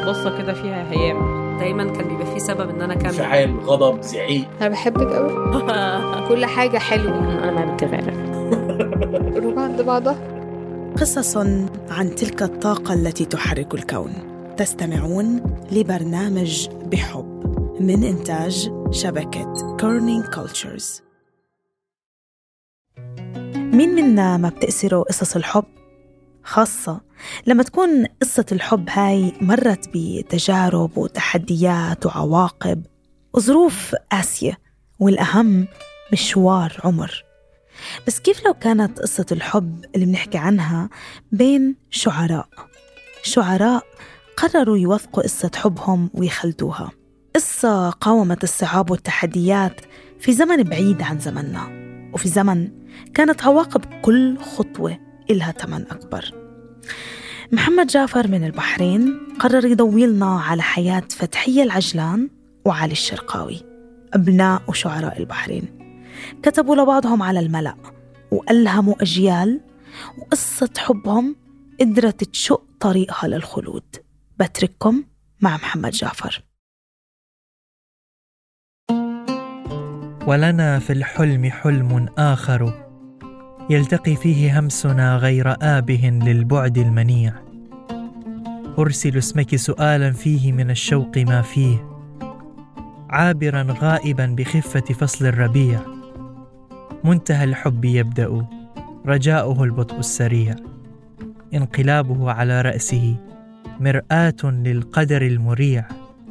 بصة كده فيها هيام. دايما كان بيبقى فيه سبب ان انا اكمل. انفعال، غضب، زعيق. انا بحبك قوي. كل حاجه حلوه. انا ما بتغير. روح عند بعضها. قصص عن تلك الطاقة التي تحرك الكون. تستمعون لبرنامج بحب من إنتاج شبكة كورنينج كولتشرز. مين منا ما بتأثره قصص الحب؟ خاصة لما تكون قصة الحب هاي مرت بتجارب وتحديات وعواقب وظروف قاسية، والأهم مشوار عمر. بس كيف لو كانت قصة الحب اللي بنحكي عنها بين شعراء قرروا يوثقوا قصة حبهم ويخلدوها، قصة قاومت الصعاب والتحديات في زمن بعيد عن زمننا، وفي زمن كانت عواقب كل خطوة إلها ثمن أكبر. محمد جعفر من البحرين قرر يضويلنا على حياة فتحية العجلان وعلي الشرقاوي، أبناء وشعراء البحرين. كتبوا لبعضهم على الملأ وألهموا أجيال، وقصة حبهم قدرت تشق طريقها للخلود. بترككم مع محمد جعفر. ولنا في الحلم حلم آخر يلتقي فيه همسنا غير آبه للبعد المنيع. أرسل اسمك سؤالا فيه من الشوق ما فيه، عابرا غائبا بخفة فصل الربيع. منتهى الحب يبدأ، رجاؤه البطء السريع، انقلابه على رأسه مرآة للقدر المريع.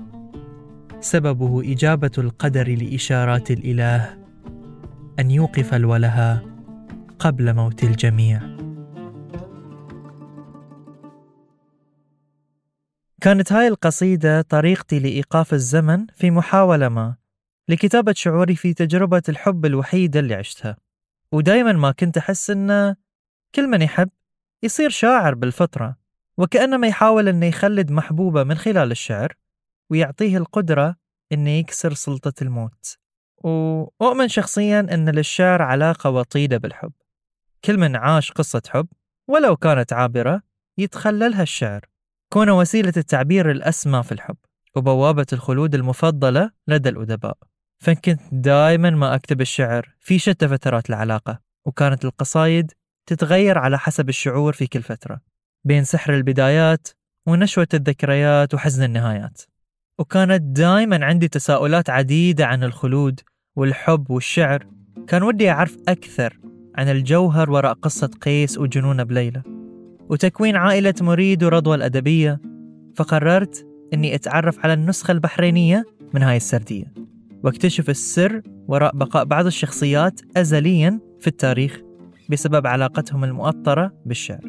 سببه إجابة القدر لإشارات الإله أن يوقف الولها قبل موت الجميع. كانت هاي القصيدة طريقتي لإيقاف الزمن في محاولة ما لكتابة شعوري في تجربة الحب الوحيدة اللي عشتها. ودايما ما كنت أحس إن كل من يحب يصير شاعر بالفطرة، وكأنما يحاول إنه يخلد محبوبة من خلال الشعر ويعطيه القدرة إنه يكسر سلطة الموت. وأؤمن شخصيا إن للشعر علاقة وطيدة بالحب. كل من عاش قصة حب ولو كانت عابرة يتخللها الشعر، كونه وسيلة التعبير الأسمى في الحب وبوابة الخلود المفضلة لدى الأدباء. فكنت دائما ما أكتب الشعر في شتى فترات العلاقة، وكانت القصايد تتغير على حسب الشعور في كل فترة، بين سحر البدايات ونشوة الذكريات وحزن النهايات. وكانت دائما عندي تساؤلات عديدة عن الخلود والحب والشعر. كان ودي أعرف أكثر عن الجوهر وراء قصة قيس وجنون بليلة وتكوين عائلة مريد ورضوى الأدبية. فقررت أني أتعرف على النسخة البحرينية من هاي السردية واكتشف السر وراء بقاء بعض الشخصيات أزليا في التاريخ بسبب علاقتهم المؤطرة بالشعر.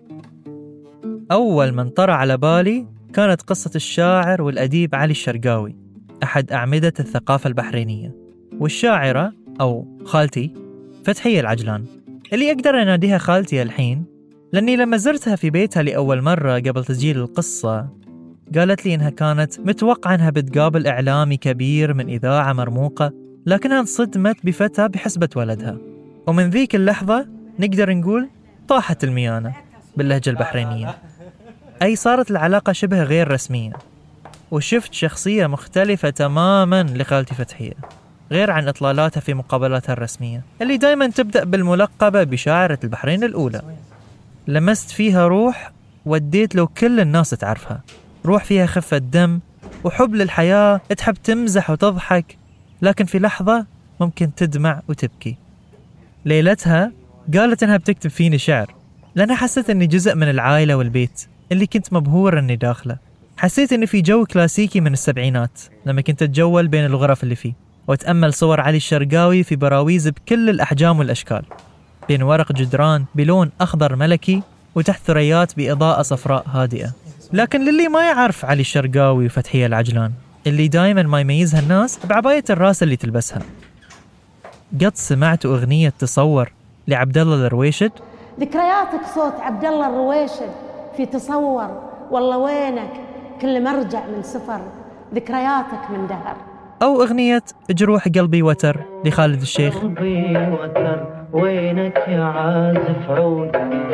أول من طرى على بالي كانت قصة الشاعر والأديب علي الشرقاوي، أحد أعمدة الثقافة البحرينية، والشاعرة أو خالتي فتحية العجلان، اللي أقدر أناديها خالتي الحين لأني لما زرتها في بيتها لأول مرة قبل تسجيل القصة قالت لي إنها كانت متوقعة إنها بتقابل إعلامي كبير من إذاعة مرموقة، لكنها انصدمت بفتى بحسبة ولدها. ومن ذيك اللحظة نقدر نقول طاحت الميانة باللهجة البحرينية، أي صارت العلاقة شبه غير رسمية. وشفت شخصية مختلفة تماماً لخالتي فتحية، غير عن إطلالاتها في مقابلاتها الرسمية اللي دايماً تبدأ بالملقبة بشاعرة البحرين الأولى. لمست فيها روح وديت لو كل الناس تعرفها، روح فيها خفة دم وحب للحياة، تحب تمزح وتضحك، لكن في لحظة ممكن تدمع وتبكي. ليلتها قالت إنها بتكتب فيني شعر لأنها حسيت إني جزء من العائلة والبيت اللي كنت مبهور إني داخله. حسيت إني في جو كلاسيكي من السبعينات لما كنت أتجول بين الغرف اللي فيه وأتأمل صور علي الشرقاوي في براويز بكل الأحجام والأشكال، بين ورق جدران بلون أخضر ملكي وتحت ثريات بإضاءة صفراء هادئة. لكن للي ما يعرف علي الشرقاوي وفتحية العجلان، اللي دايما ما يميزها الناس بعباية الراس اللي تلبسها. قد سمعت أغنية تصور لعبد الله الرويشد؟ ذكرياتك صوت عبد الله الرويشد في تصور، والله وينك كل مرجع من سفر، ذكرياتك من دهر. أو أغنية جروح قلبي وتر لخالد الشيخ. قلبي وتر وينك يا عازف عود،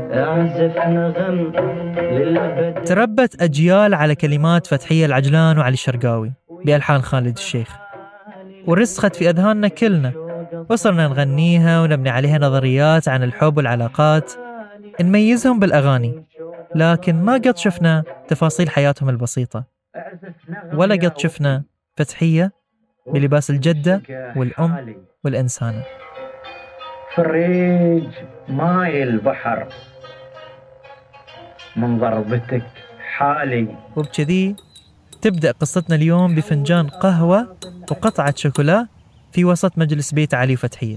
تربت أجيال على كلمات فتحية العجلان وعلي الشرقاوي بألحان خالد الشيخ، ورسخت في أذهاننا كلنا، وصرنا نغنيها ونبني عليها نظريات عن الحب والعلاقات، نميزهم بالأغاني، لكن ما قد شفنا تفاصيل حياتهم البسيطة، ولا قد شفنا فتحية بلباس الجدة والأم والإنسانة. فريج ماي البحر من ضربتك حالي. وبكذي تبدأ قصتنا اليوم بفنجان قهوة وقطعة شوكولا في وسط مجلس بيت علي وفتحية،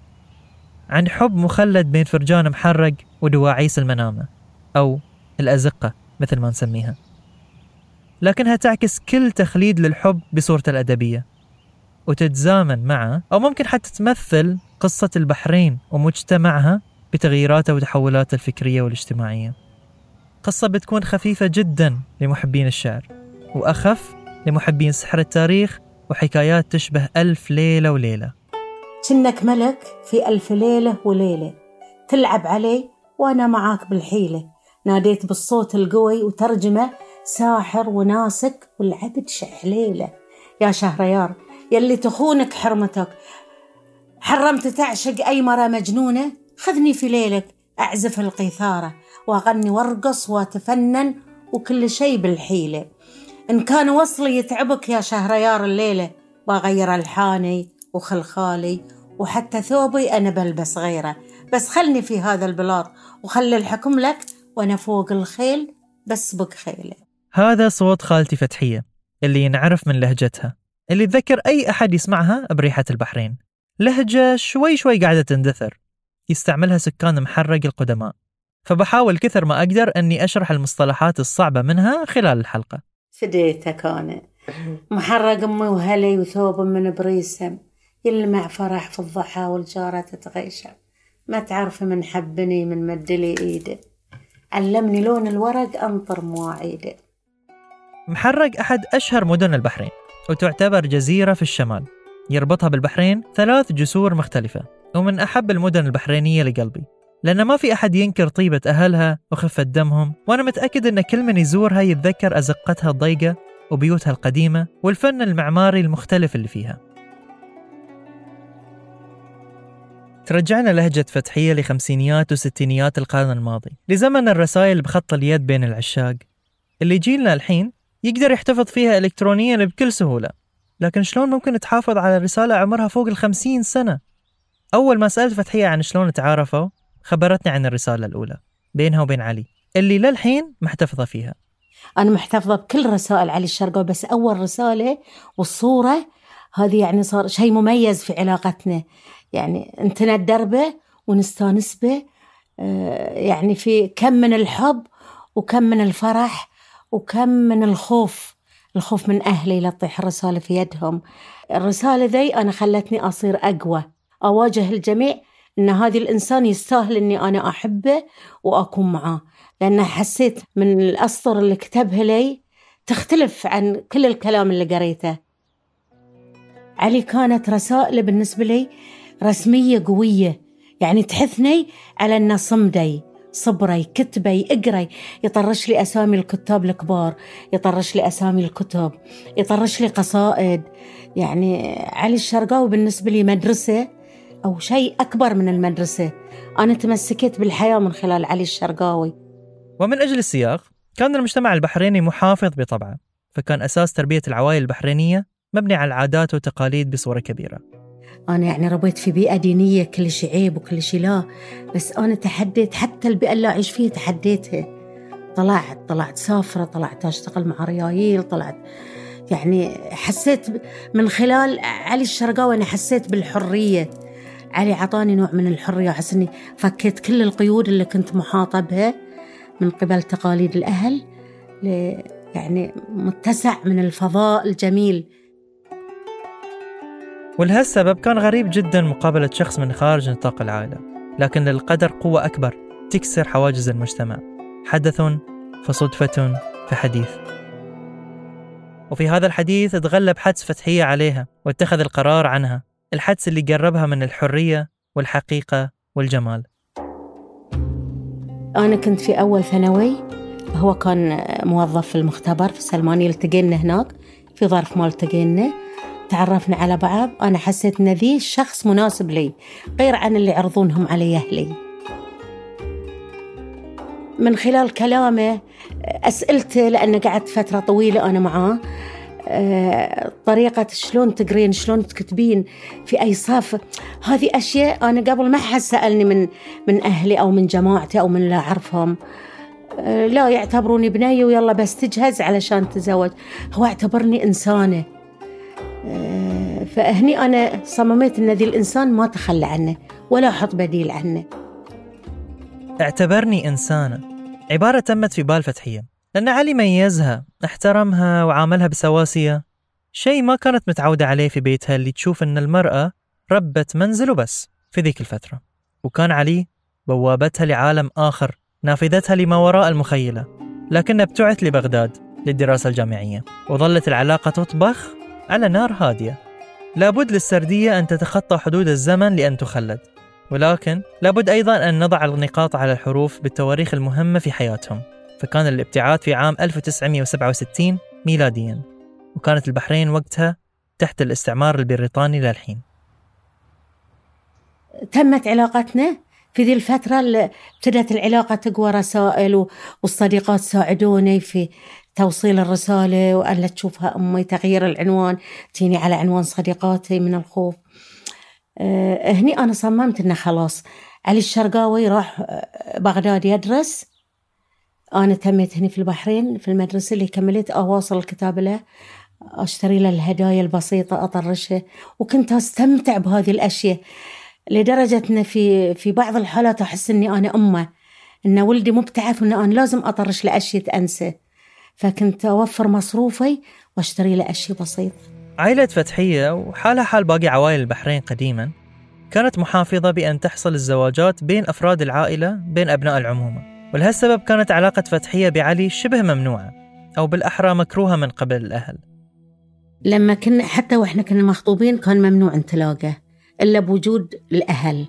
عن حب مخلد بين فرجان محرق ودواعيس المنامة أو الأزقة مثل ما نسميها، لكنها تعكس كل تخليد للحب بصورته الأدبية، وتتزامن معه أو ممكن حتى تمثل قصة البحرين ومجتمعها بتغييراته وتحولاته الفكرية والاجتماعية. قصة بتكون خفيفة جدا لمحبين الشعر، وأخف لمحبين سحر التاريخ وحكايات تشبه ألف ليلة وليلة. كنك ملك في ألف ليلة وليلة، تلعب علي وأنا معاك بالحيلة، ناديت بالصوت القوي وترجمة ساحر وناسك والعبد شحليلة. يا شهريار يلي تخونك حرمتك، حرمت تعشق أي مرة مجنونة، خذني في ليلك أعزف القيثارة وأغني وارقص وأتفنن وكل شيء بالحيلة. إن كان وصلي يتعبك يا شهريار الليلة، وأغير ألحاني وخلخالي وحتى ثوبي أنا بلبس غيره، بس خلني في هذا البلاط وخلي الحكم لك، وأنا فوق الخيل بس بك خيله. هذا صوت خالتي فتحية اللي ينعرف من لهجتها، اللي تذكر أي أحد يسمعها بريحة البحرين، لهجة شوي شوي قاعدة تندثر يستعملها سكان محرق القدماء، فبحاول كثر ما أقدر أني أشرح المصطلحات الصعبة منها خلال الحلقة. فديتك أنا محرق أمي وهلي وثوب من بريسم، يلمع فرح في الضحى والجارة تتغيشم، ما تعرف من حبني من مدلي إيده، علمني لون الورق أنطر مواعيده. محرق أحد أشهر مدن البحرين، وتعتبر جزيرة في الشمال يربطها بالبحرين 3 جسور مختلفة، ومن أحب المدن البحرينية لقلبي، لأن ما في أحد ينكر طيبة أهلها وخفة دمهم، وأنا متأكد أن كل من يزورها يتذكر أزقتها الضيقة وبيوتها القديمة والفن المعماري المختلف اللي فيها. ترجعنا لهجة فتحية لخمسينيات وستينيات القرن الماضي، لزمن الرسائل بخط اليد بين العشاق، اللي جيلنا الحين يقدر يحتفظ فيها إلكترونيا بكل سهولة، لكن شلون ممكن تحافظ على رسالة عمرها فوق 50 سنة؟ أول ما سألت فتحية عن شلون تعارفوا، خبرتني عن الرسالة الأولى بينها وبين علي اللي للحين محتفظة فيها. أنا محتفظة بكل رسائل علي الشرقاوي، بس أول رسالة والصورة هذه يعني صار شيء مميز في علاقتنا، يعني انتنا الدربة ونستانس به، يعني في كم من الحب وكم من الفرح وكم من الخوف من أهلي لتطيح الرسالة في يدهم. الرسالة ذي أنا خلتني أصير أقوى، أواجه الجميع إن هذا الإنسان يستاهل إني أنا أحبه وأكون معاه، لأن حسيت من الأسطر اللي كتبها لي تختلف عن كل الكلام اللي قريته. علي كانت رسائل بالنسبة لي رسمية قوية، يعني تحثني على أن صمدي صبري كتبي اقري، يطرش لي أسامي الكتاب الكبار، يطرش لي أسامي الكتب، يطرش لي قصائد. يعني علي الشرقاوي بالنسبة لي مدرسة أو شيء أكبر من المدرسة، أنا تمسكت بالحياة من خلال علي الشرقاوي. ومن أجل السياق، كان المجتمع البحريني محافظ بطبعه، فكان أساس تربية العوائل البحرينية مبني على العادات والتقاليد بصورة كبيرة. أنا يعني ربيت في بيئة دينية كل شيء عيب وكل شيء لا، بس أنا تحديت حتى البيئة اللي أعيش فيها تحديتها، طلعت سافرة، طلعت أشتغل مع ريايل، طلعت يعني حسيت من خلال علي الشرقاوي أنا حسيت بالحرية. علي عطاني نوع من الحرية، أحس أني فكيت كل القيود اللي كنت محاطة بها من قبل تقاليد الأهل، يعني متسع من الفضاء الجميل. ولهالسبب كان غريب جدا مقابلة شخص من خارج نطاق العائلة، لكن للقدر قوة أكبر تكسر حواجز المجتمع، حدث فصدفة فحديث. وفي هذا الحديث تغلب حدس فتحية عليها واتخذ القرار عنها، الحدس اللي قربها من الحرية والحقيقة والجمال. أنا كنت في أول ثانوي، هو كان موظف في المختبر في سلمانية، التقينا هناك في ظرف ما التقينا، تعرفنا على بعض. أنا حسيت إن ذي الشخص مناسب لي غير عن اللي يعرضونهم علي أهلي. من خلال كلامه، أسئلته، لأن قعدت فترة طويلة أنا معاه، طريقة شلون تقرين، شلون تكتبين، في أي صف، هذه أشياء أنا قبل ما حد سألني من أهلي أو من جماعتي أو من لا أعرفهم. لا يعتبروني بنية ويلا بس تجهز علشان تزوج، هو اعتبرني إنسانة. فهني أنا صممت إن ذي الإنسان ما تخلى عنه ولا أحط بديل عنه. اعتبرني إنسانة، عبارة تمت في بال فتحية لأن علي ميزها، احترمها وعاملها بسواسية، شيء ما كانت متعودة عليه في بيتها اللي تشوف أن المرأة ربة منزل وبس في ذيك الفترة. وكان علي بوابتها لعالم آخر، نافذتها لما وراء المخيلة. لكنها ابتعث لبغداد للدراسة الجامعية، وظلت العلاقة تطبخ على نار هادية. لابد للسردية أن تتخطى حدود الزمن لأن تخلد، ولكن لابد أيضا أن نضع النقاط على الحروف بالتواريخ المهمة في حياتهم. فكان الابتعاث في عام 1967 ميلاديا، وكانت البحرين وقتها تحت الاستعمار البريطاني للحين. تمت علاقتنا في ذي الفترة اللي ابتدت العلاقة تقوى، رسائل والصديقات ساعدوني في توصيل الرسالة، وأن لا تشوفها أمي، تغيير العنوان، تيني على عنوان صديقاتي من الخوف. هني أنا صممت إنه خلاص علي الشرقاوي راح بغداد يدرس، أنا تميت هني في البحرين في المدرسة اللي كملت، أواصل الكتاب له، أشتري له الهدايا البسيطة أطرشه، وكنت أستمتع بهذه الأشياء لدرجة أن في بعض الحالات أحس أني أنا أمه، أن ولدي مبتعث وأن أنا لازم أطرش له أشياء تأنسه، فكنت أوفر مصروفي وأشتري له أشياء بسيطة. عائلة فتحية وحالها حال باقي عوائل البحرين قديما كانت محافظة بأن تحصل الزواجات بين أفراد العائلة بين أبناء العمومة، ولهالسبب كانت علاقة فتحية بعلي شبه ممنوعة، أو بالأحرى مكروهة من قبل الأهل. لما كنا حتى وإحنا كنا مخطوبين كان ممنوع انطلاقه إلا بوجود الأهل.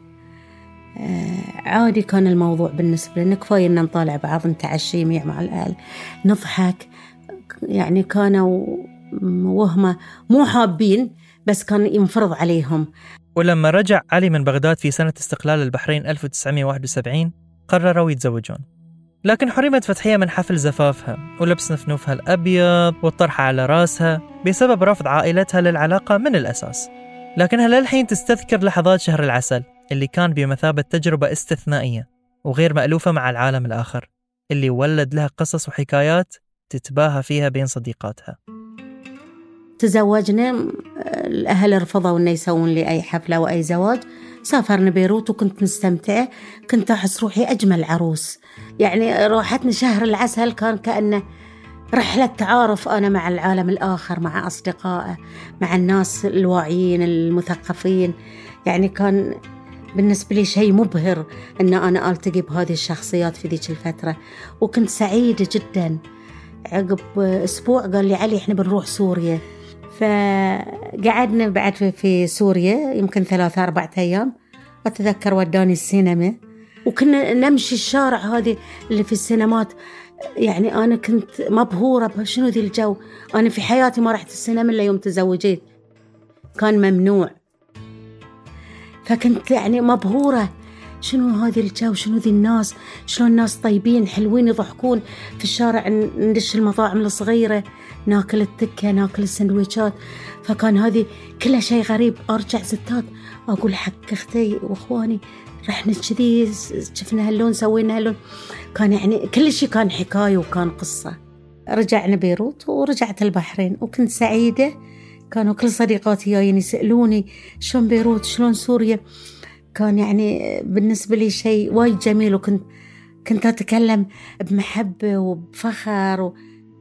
عادي كان الموضوع بالنسبة لنا، كفاية إن نطالع بعض، نتعشى يميع مع الأهل، نضحك، يعني كانوا وهم مو حابين بس كان ينفرض عليهم. ولما رجع علي من بغداد في سنة استقلال البحرين 1971 قرروا يتزوجون، لكن حرمت فتحية من حفل زفافها ولبس نفنوفها الأبيض والطرحة على راسها بسبب رفض عائلتها للعلاقة من الأساس. لكنها للحين تستذكر لحظات شهر العسل اللي كان بمثابة تجربة استثنائية وغير مألوفة مع العالم الآخر، اللي ولد لها قصص وحكايات تتباهى فيها بين صديقاتها. تزوجنا، الأهل رفضوا إنه يسوون لي أي حفلة وأي زواج. سافرنا بيروت وكنت مستمتعة، كنت أحس روحي أجمل عروس، يعني روحتنا شهر العسل كان كأنه رحلة تعارف أنا مع العالم الآخر، مع أصدقائه، مع الناس الواعيين المثقفين. يعني كان بالنسبة لي شيء مبهر أن أنا ألتقي بهذه الشخصيات في ذيك الفترة، وكنت سعيدة جدا. عقب أسبوع قال لي علي إحنا بنروح سوريا، فقعدنا بعد في سوريا يمكن 3-4 أيام. أتذكر وداني السينما، وكنا نمشي الشارع هذه اللي في السينمات، يعني أنا كنت مبهورة بشنو ذي الجو. أنا في حياتي ما رحت السينما إلا يوم تزوجيت، كان ممنوع، فكنت يعني مبهورة شنو هذا الجو، شنو ذي الناس، شلون الناس طيبين حلوين يضحكون في الشارع. ندش المطاعم الصغيرة ناكل التكة، ناكل السندويشات، فكان هذه كلها شيء غريب. أرجع ستات أقول حق أختي وإخواني رحنا كذي، شفنا هاللون، سوينا هاللون، كان يعني كل شيء كان حكاية وكان قصة. رجعنا بيروت ورجعت البحرين وكنت سعيدة. كانوا كل صديقاتي جايين يسألوني شلون بيروت، شلون سوريا. كان يعني بالنسبة لي شيء وايد جميل، كنت أتكلم بمحبة وبفخر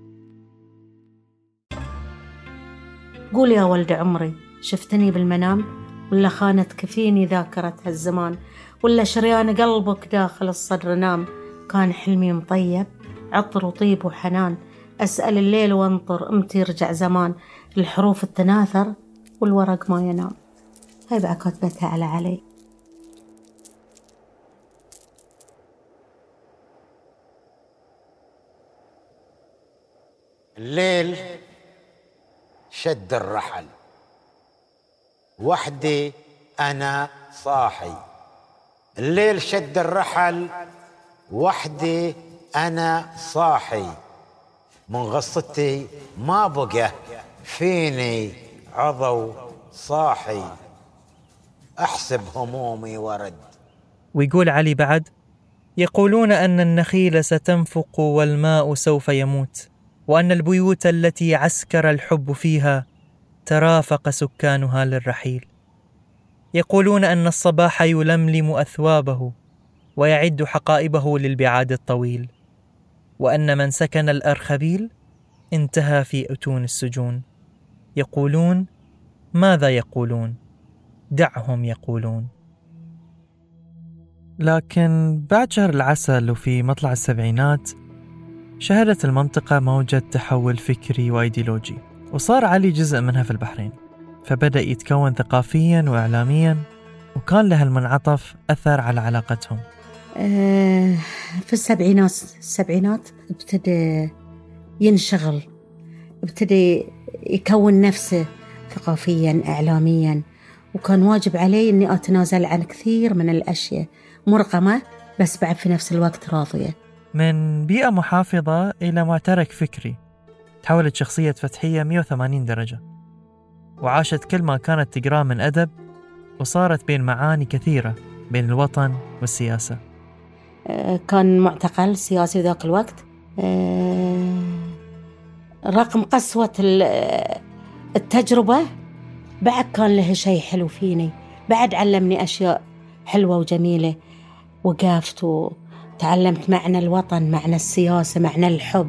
قول يا ولد عمري، شفتني بالمنام ولا خانت كفيني ذاكرة هالزمان، ولا شريان قلبك داخل الصدر نام. كان حلمي مطيب عطر وطيب وحنان، أسأل الليل وانطر امتى يرجع زمان. الحروف التناثر والورق ما ينام. هاي بقى كتبتها على علي. الليل شد الرحل، وحدي أنا صاحي. الليل شد الرحل، وحدي أنا صاحي. من غصتي ما بقى فيني عضو صاحي. أحسب همومي ورد. ويقول علي بعد: يقولون أن النخيل ستنفق والماء سوف يموت، وأن البيوت التي عسكر الحب فيها ترافق سكانها للرحيل. يقولون أن الصباح يلملم أثوابه ويعد حقائبه للبعاد الطويل، وأن من سكن الأرخبيل انتهى في أتون السجون. يقولون ماذا يقولون؟ دعهم يقولون. لكن بعد شهر العسل وفي مطلع السبعينات شهدت المنطقة موجة تحول فكري وأيديولوجي، وصار علي جزء منها في البحرين، فبدأ يتكون ثقافياً وإعلامياً، وكان له المنعطف أثر على علاقتهم. في السبعينات ابتدى ينشغل، ابتدى يكون نفسه ثقافياً إعلامياً، وكان واجب علي أني أتنازل عن كثير من الأشياء، مرغمة بس بعد في نفس الوقت راضية. من بيئة محافظة إلى معترك فكري تحولت شخصية فتحية 180 درجة، وعاشت كل ما كانت تقرأ من أدب، وصارت بين معاني كثيرة بين الوطن والسياسة. كان معتقل سياسي ذاك الوقت، رغم قسوة التجربة بعد كان له شيء حلو فيني، بعد علمني أشياء حلوة وجميلة، وقفت وتعلمت معنى الوطن، معنى السياسة، معنى الحب.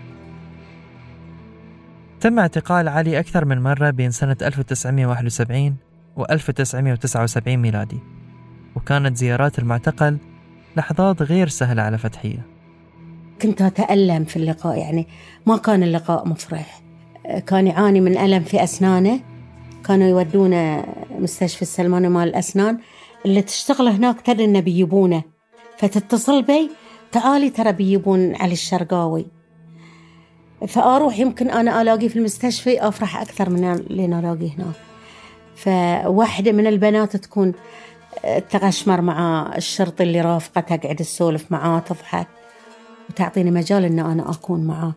تم اعتقال علي أكثر من مرة بين سنة 1971 و 1979 ميلادي، وكانت زيارات المعتقل لحظات غير سهلة على فتحية. كنت أتألم في اللقاء، يعني ما كان اللقاء مفرح، كان يعاني من ألم في أسنانه. كانوا يودونه مستشفى السلمان مال الأسنان، اللي تشتغل هناك تدري إنه بيجيبونه، فتتصل بي تعالي ترى بيجيبون علي الشرقاوي، فأروح يمكن أنا ألاقي في المستشفى أفرح أكثر من اللي ألاقي هناك. فواحدة من البنات تكون تغشمر مع الشرطي اللي رافقة، تقعد تسولف معاه تضحك وتعطيني مجال إن أنا أكون معاه.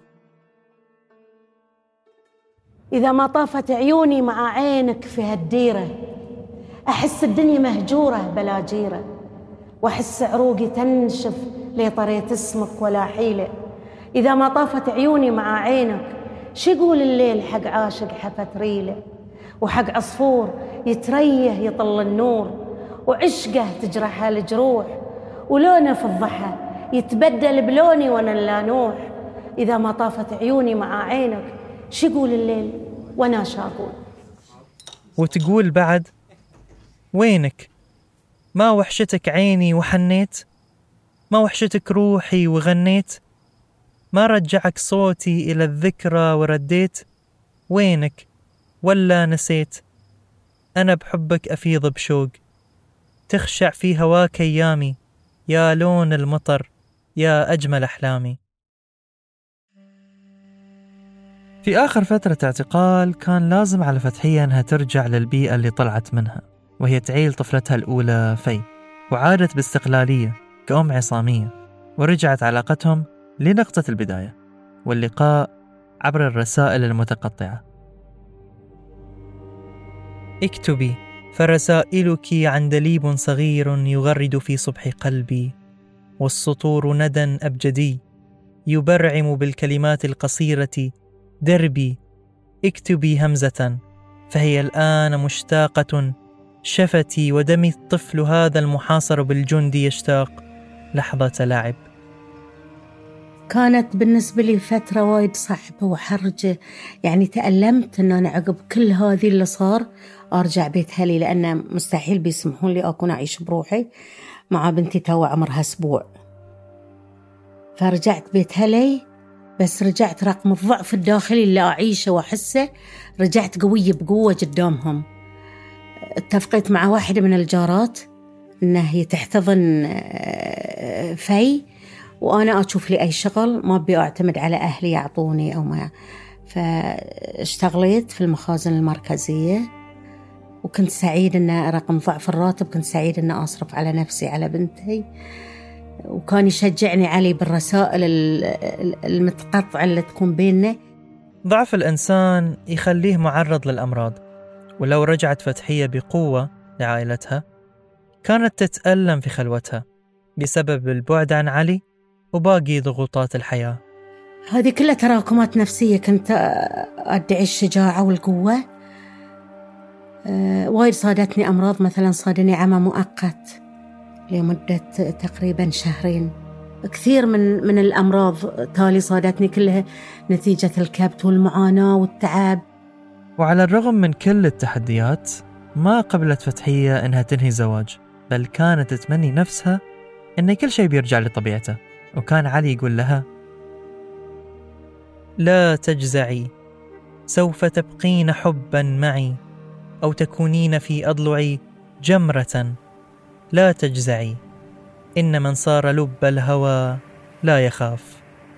إذا ما طافت عيوني مع عينك في هالديرة، أحس الدنيا مهجورة بلا جيرة، وأحس عروقي تنشف لي طريت اسمك ولا حيلة. إذا ما طافت عيوني مع عينك، شقول الليل حق عاشق حفت ريله، وحق عصفور يتريه يطل النور، وعشقه تجرحها الجروح، ولونه في الضحى يتبدل بلوني وانا اللانوح. إذا ما طافت عيوني مع عينك، شقول الليل وانا شاقول. وتقول بعد: وينك؟ ما وحشتك عيني وحنيت؟ ما وحشتك روحي وغنيت؟ ما رجعك صوتي إلى الذكرى ورديت؟ وينك؟ ولا نسيت؟ أنا بحبك أفيض بشوق، تخشع في هواك أيامي، يا لون المطر يا أجمل أحلامي. في آخر فترة اعتقال كان لازم على فتحية أنها ترجع للبيئة اللي طلعت منها، وهي تعيل طفلتها الأولى في، وعادت باستقلالية كأم عصامية، ورجعت علاقتهم لنقطة البداية واللقاء عبر الرسائل المتقطعة. اكتبي فرسائلك عندليب صغير يغرد في صبح قلبي، والسطور ندى أبجدي يبرعم بالكلمات القصيرة دربي. اكتبي همزة فهي الآن مشتاقة، شفتي ودمي الطفل هذا المحاصر بالجند يشتاق لحظة لعب. كانت بالنسبة لي فترة وايد صعبة وحرجة، يعني تألمت أن أنا عقب كل هذه اللي صار أرجع بيت أهلي، لأن مستحيل بيسمحون لي أكون أعيش بروحي مع بنتي تو عمرها أسبوع. فرجعت بيت أهلي، بس رجعت رقم الضعف الداخلي اللي أعيشه وأحسه، رجعت قوية بقوة قدامهم. اتفقت مع واحدة من الجارات أنها هي تحتضن في، وأنا أشوف لي أي شغل، ما أبي أعتمد على أهلي يعطوني أو ما. فاشتغلت في المخازن المركزية، وكنت سعيد أن رقم ضعف الراتب كنت سعيد أن أصرف على نفسي على بنتي. وكان يشجعني علي بالرسائل المتقطعة اللي تكون بيننا. ضعف الإنسان يخليه معرض للأمراض، ولو رجعت فتحية بقوة لعائلتها كانت تتألم في خلوتها بسبب البعد عن علي وباقي ضغوطات الحياة. هذه كلها تراكمات نفسية. كنت أدعي الشجاعة والقوة. وايد صادتني أمراض، مثلا صادني عمى مؤقت لمدة تقريبا 2 شهر. كثير من الأمراض تالي صادتني، كلها نتيجة الكبت والمعاناة والتعب. وعلى الرغم من كل التحديات ما قبلت فتحية إنها تنهي زواج، بل كانت تتمني نفسها إن كل شيء بيرجع لطبيعته. وكان علي يقول لها: لا تجزعي، سوف تبقين حبا معي، أو تكونين في أضلعي جمرة. لا تجزعي، إن من صار لب الهوى لا يخاف.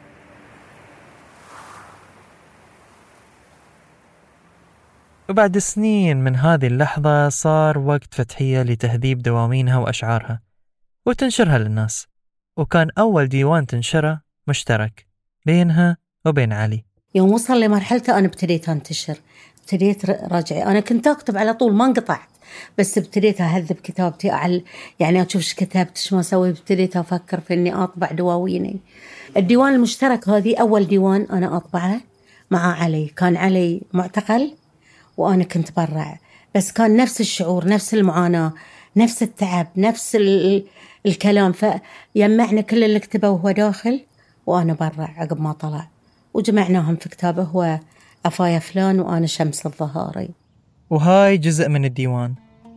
وبعد سنين من هذه اللحظة صار وقت فتحية لتهذيب دواوينها وأشعارها وتنشرها للناس. وكان أول ديوان تنشره مشترك بينها وبين علي. يوم وصل لمرحلته أنا ابتديت أنتشر، ابتديت راجعي. أنا كنت أكتب على طول، ما انقطعت، بس ابتديت أهذب كتابتي، يعني أشوف ايش كتبت ايش ما سوي. ابتديت أفكر في إني أطبع دواويني. الديوان المشترك هذه أول ديوان أنا أطبعه مع علي. كان علي معتقل وأنا كنت برع، بس كان نفس الشعور، نفس المعاناة، نفس التعب، نفس الكلام. فيمعنا كل اللي كتبه وهو داخل وأنا برع عقب ما طلع، وجمعناهم في كتابه هو أفايا فلان وأنا شمس الظهاري. وهاي جزء من الديوان.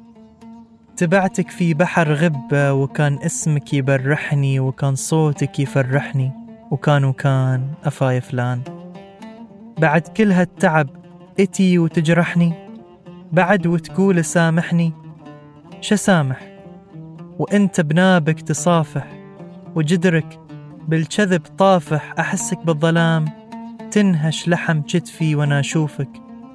تبعتك في بحر غبة، وكان اسمك يبرحني، وكان صوتك يفرحني، وكان أفايا فلان. بعد كل هالتعب اتي وتجرحني، بعد وتقول سامحني. شسامح وانت بنابك تصافح، وجدرك بالكذب طافح. أحسك بالظلام تنهش لحم كتفي وانا اشوفك،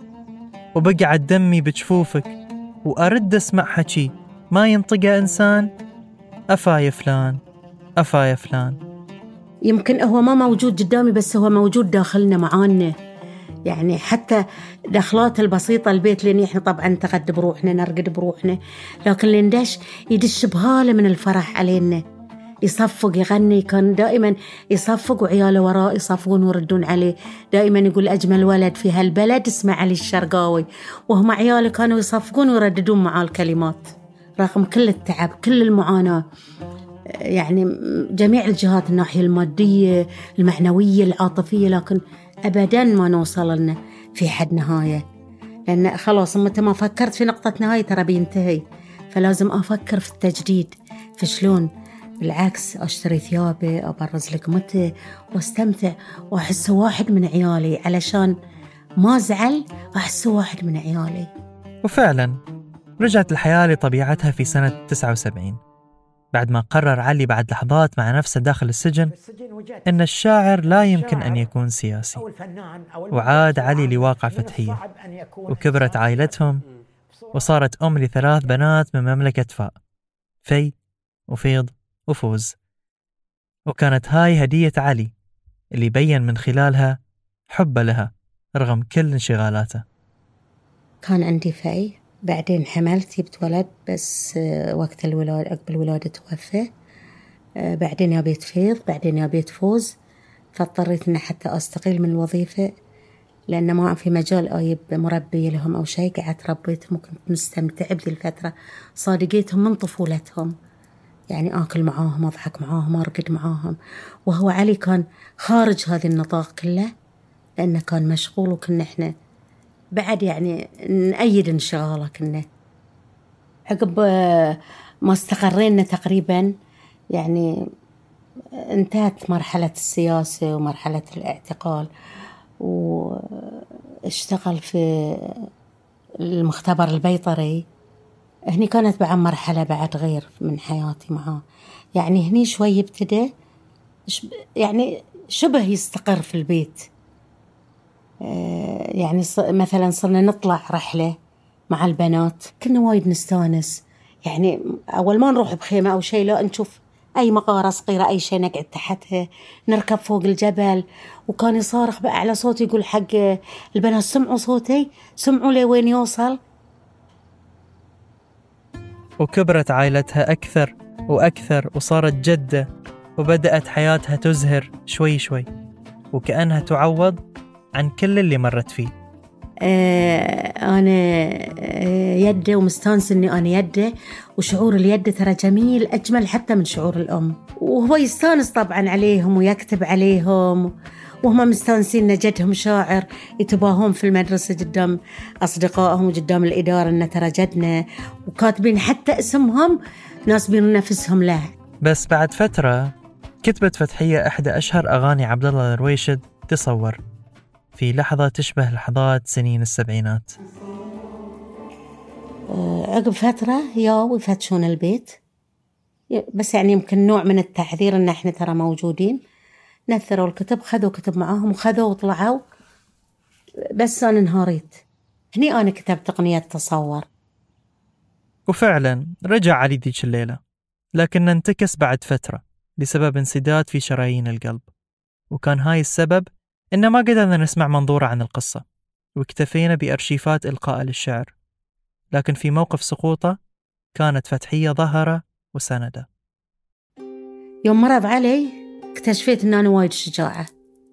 وبقعد دمي بجفوفك، وأرد أسمع حكي ما ينطقه إنسان. أفايا فلان، أفايا فلان. يمكن هو ما موجود قدامي، بس هو موجود داخلنا معانا. يعني حتى دخلات البسيطة البيت، لأن إحنا طبعا نتغدى بروحنا، نرقد بروحنا، لكن اللي ندش يدش بهالة من الفرح علينا، يصفق يغني. كان دائما يصفق وعياله وراء يصفقون ويردون عليه. دائما يقول أجمل ولد في هالبلد اسمه علي الشرقاوي، وهم عياله كانوا يصفقون ويرددون معاه الكلمات رغم كل التعب، كل المعاناة. يعني جميع الجهات، الناحية المادية، المعنوية، العاطفية، لكن أبداً ما نوصل لنا في حد نهاية. لأن خلاص متى ما فكرت في نقطة نهاية ترى بينتهي، فلازم أفكر في التجديد، في شلون بالعكس أشتري ثيابي، أبرز لقمته واستمتع وأحسه واحد من عيالي، علشان ما أزعل أحسه واحد من عيالي. وفعلا رجعت الحياة لطبيعتها في سنة 79، بعد ما قرر علي بعد لحظات مع نفسه داخل السجن أن الشاعر لا يمكن أن يكون سياسي. وعاد علي لواقع فتحية، وكبرت عائلتهم، وصارت أم ل3 بنات من مملكة فاء، في وفيض وفوز. وكانت هاي هدية علي اللي بين من خلالها حبه لها رغم كل انشغالاته. كان عندي في، بعدين حملت، جبت ولد، بس وقت الولادة قبل الولادة توفى. بعدين يا بيت فيض، بعدين يا بيت فوز. فاضطريت إن حتى أستقيل من الوظيفة، لأن ما في مجال أجيب مربي لهم أو شيء. قعدت ربيتهم وكنت مستمتعة بذي الفترة، صادقيتهم من طفولتهم، يعني آكل معاهم، أضحك معاهم، أرقد معاهم. وهو علي كان خارج هذا النطاق كله، لأنه كان مشغول، وكنا إحنا بعد يعني نأيد انشغاله. كنا عقب ما استقرينا تقريبا، يعني انتهت مرحلة السياسة ومرحلة الاعتقال، واشتغل في المختبر البيطري. هني كانت بعد مرحلة بعد غير من حياتي معاه، يعني هني شوي ابتدى يعني شبه يستقر في البيت. يعني مثلا صرنا نطلع رحلة مع البنات، كنا وايد نستانس. يعني أول ما نروح بخيمة أو شيء، لا نشوف أي مغارة صغيرة أي شيء نقعد تحتها، نركب فوق الجبل. وكان يصارخ بأعلى صوت يقول حق البنات سمعوا صوتي، سمعوا لي وين يوصل. وكبرت عائلتها أكثر وأكثر وصارت جدة، وبدأت حياتها تزهر شوي شوي، وكأنها تعوض عن كل اللي مرت فيه. أنا يدة ومستانس إني أنا يدة، وشعور اليدة ترى جميل أجمل حتى من شعور الأم. وهو يستانس طبعا عليهم ويكتب عليهم، وهم مستانسين إن جدهم شاعر، يتباهون في المدرسة قدام أصدقائهم وقدام الإدارة إن ترى جدنا، وكاتبين حتى اسمهم ناسبين نفسهم له. بس بعد فترة كتبت فتحية إحدى أشهر أغاني عبد الله الرويشد، تصور، في لحظة تشبه لحظات سنين السبعينات. عقب فترة ويفتشون البيت، بس يعني يمكن نوع من التحذير إن إحنا ترى موجودين. نثروا الكتب، خذوا كتب معاهم وخذوا وطلعوا. بس أنا انهاريت هني، أنا كتبت تقنية تصور. وفعلا رجع علي ذيك الليلة، لكن انتكس بعد فترة بسبب انسداد في شرايين القلب، وكان هاي السبب إن ما قدرنا نسمع منظورة عن القصة، واكتفينا بأرشيفات إلقاء للشعر. لكن في موقف سقوطه كانت فتحية ظهرة وسندة. يوم مرض علي اكتشفت إن أنا وايد شجاعة،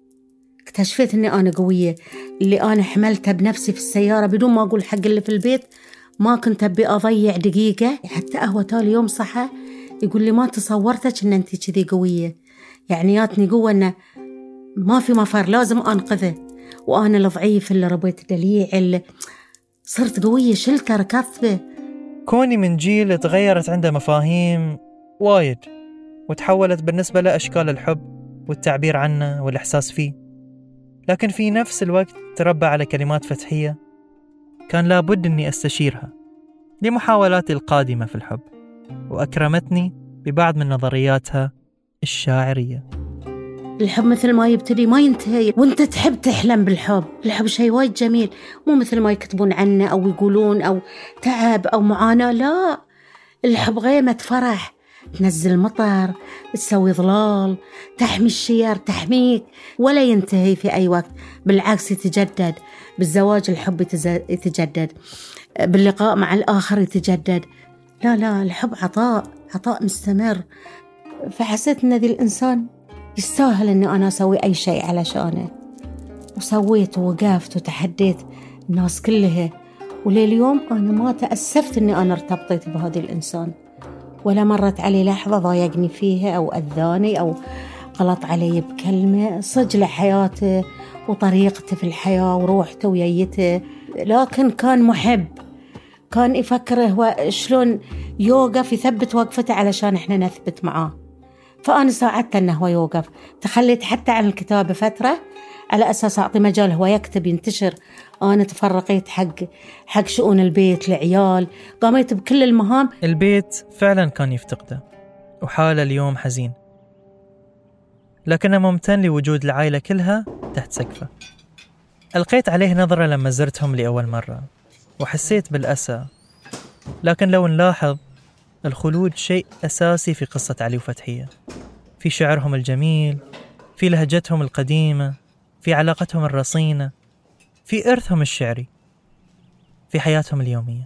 اكتشفت إني أنا قوية. اللي أنا حملته بنفسي في السيارة بدون ما أقول حق اللي في البيت، ما كنت أبي أضيع دقيقة. حتى هو تالي يوم صحى يقول لي ما تصورتك إن أنت كذي قوية. يعني ياتني قوة إنه ما في مفر، لازم أنقذه. وأنا الضعيف اللي ربيت دليع اللي صرت قوية، شلته ركضته. كوني من جيل تغيرت عنده مفاهيم وايد، وتحولت بالنسبة له أشكال الحب والتعبير عنه والإحساس فيه، لكن في نفس الوقت تربى على كلمات فتحية كان لابد أني أستشيرها لمحاولاتي القادمة في الحب، وأكرمتني ببعض من نظرياتها الشاعرية. الحب مثل ما يبتدي ما ينتهي، وانت تحب تحلم بالحب. الحب شيء وايد جميل، مو مثل ما يكتبون عنه أو يقولون أو تعب أو معاناة. لا، الحب غيمة فرح، تنزل مطر، تسوي ظلال، تحمي الشير، تحميك، ولا ينتهي في أي وقت. بالعكس يتجدد. بالزواج الحب يتجدد، باللقاء مع الآخر يتجدد. لا، الحب عطاء مستمر. فحسيت أن ذي الإنسان يستاهل أني أنا أسوي أي شيء علشانه، وسويت ووقفت وتحديت الناس كلها. ولليوم أنا ما تأسفت أني أنا ارتبطت بهذا الإنسان، ولا مرت علي لحظة ضايقني فيها أو أذاني أو غلط علي بكلمة. سجل حياته وطريقته في الحياة وروحته وييته، لكن كان محب، كان يفكر هو شلون يوقف يثبت وقفته علشان إحنا نثبت معاه. فأنا ساعدت أنه هو يوقف، تخليت حتى عن الكتابة فترة على أساس أعطي مجال هو يكتب ينتشر. أنا تفرقيت حق شؤون البيت، العيال، قاميت بكل المهام. البيت فعلا كان يفتقده، وحاله اليوم حزين، لكنه ممتن لوجود العائلة كلها تحت سقفه. ألقيت عليه نظرة لما زرتهم لأول مرة، وحسيت بالأسى. لكن لو نلاحظ، الخلود شيء أساسي في قصة علي وفتحية، في شعرهم الجميل، في لهجتهم القديمة، في علاقتهم الرصينة، في إرثهم الشعري، في حياتهم اليومية.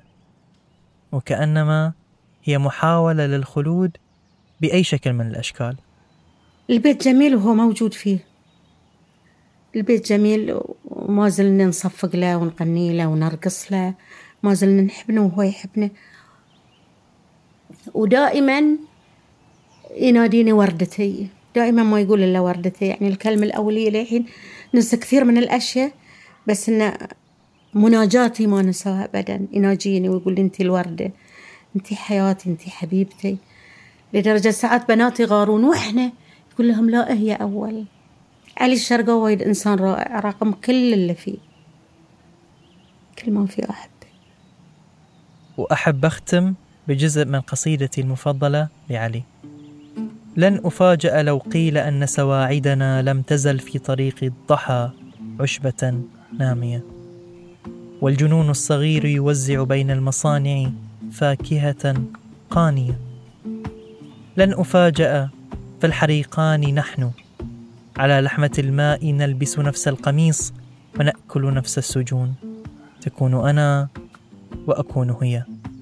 وكأنما هي محاولة للخلود بأي شكل من الأشكال. البيت جميل وهو موجود فيه، البيت جميل وما زلنا نصفق له ونغني له ونرقص له، ما زلنا نحبنا وهو يحبنا. ودائما يناديني وردتي، دائما ما يقول إلا وردتي. يعني الكلمة الأولية للحين ننسى كثير من الأشياء، بس إن مناجاتي ما نساها أبدا. يناجيني ويقول لي أنتي الوردة، أنتي حياتي، أنتي حبيبتي. لدرجة ساعات بناتي غارون وإحنا يقول لهم لا هي أول. علي الشرقاوي وايد إنسان رائع، رقم كل اللي فيه، كل ما فيه أحبه. وأحب أختم بجزء من قصيدتي المفضلة لعلي. لن أفاجأ لو قيل أن سواعدنا لم تزل في طريق الضحى عشبة نامية، والجنون الصغير يوزع بين المصانع فاكهة قانية. لن أفاجأ فالحريقان نحن، على لحمة الماء نلبس نفس القميص ونأكل نفس السجون، تكون أنا وأكون هي.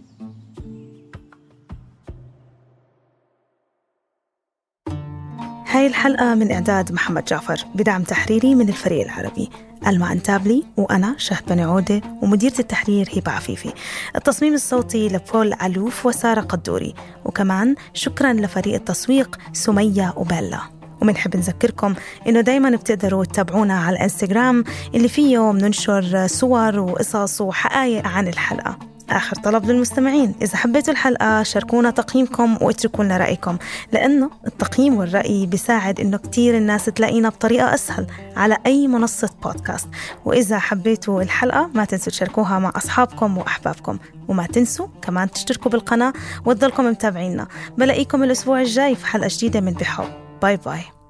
هاي الحلقة من إعداد محمد جعفر بدعم تحريري من الفريق العربي، ألما أنتابلي وأنا شهد بني عودة، ومديرة التحرير هبة عفيفي. التصميم الصوتي لبول علوف وسارة قدوري، وكمان شكرا لفريق التسويق سمية وبيلا. ومنحب نذكركم إنه دايما بتقدروا تتابعونا على الانستغرام اللي فيه مننشر صور وقصص وحقائق عن الحلقة. آخر طلب للمستمعين، إذا حبيتوا الحلقة شاركونا تقييمكم واتركوا لنا رأيكم، لأنه التقييم والرأي بيساعد إنه كتير الناس تلاقينا بطريقة أسهل على أي منصة بودكاست. وإذا حبيتوا الحلقة ما تنسوا تشاركوها مع أصحابكم وأحبابكم، وما تنسوا كمان تشتركوا بالقناة وتضلكم متابعينا. بلاقيكم الأسبوع الجاي في حلقة جديدة من بحب. باي باي.